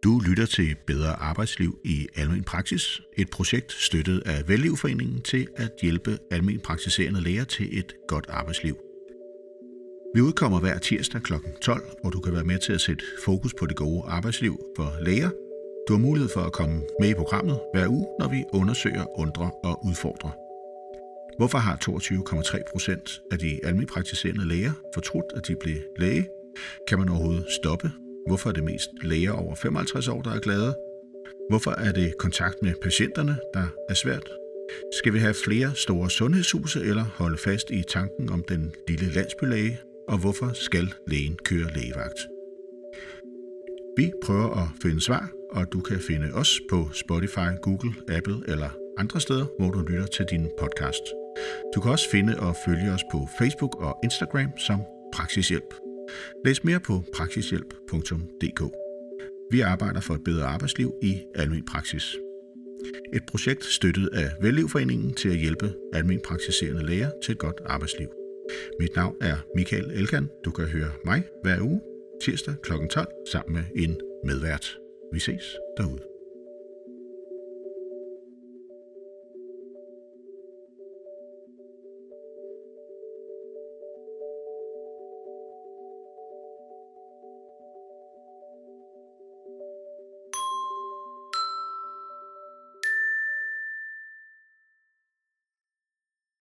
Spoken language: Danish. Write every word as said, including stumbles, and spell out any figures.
Du lytter til Bedre Arbejdsliv i Almen Praksis, et projekt støttet af Vellivforeningen til at hjælpe alment praktiserende læger til et godt arbejdsliv. Vi udkommer hver tirsdag klokken tolv, hvor du kan være med til at sætte fokus på det gode arbejdsliv for læger. Du har mulighed for at komme med i programmet hver uge, når vi undersøger, undrer og udfordrer. Hvorfor har toogtyve komma tre procent af de alment praktiserende læger fortrudt, at de blev læge? Kan man overhovedet stoppe? Hvorfor er det mest læger over femoghalvtreds år, der er glade? Hvorfor er det kontakt med patienterne, der er svært? Skal vi have flere store sundhedshuse eller holde fast i tanken om den lille landsbylæge? Og hvorfor skal lægen køre lægevagt? Vi prøver at finde svar, og du kan finde os på Spotify, Google, Apple eller andre steder, hvor du lytter til din podcast. Du kan også finde og følge os på Facebook og Instagram som Praksishjælp. Læs mere på praksishjælp punktum d k. Vi arbejder for et bedre arbejdsliv i almen praksis. Et projekt støttet af Vellivforeningen til at hjælpe alment praktiserende læger til et godt arbejdsliv. Mit navn er Michael Elkan. Du kan høre mig hver uge tirsdag klokken tolv sammen med en medvært. Vi ses derude.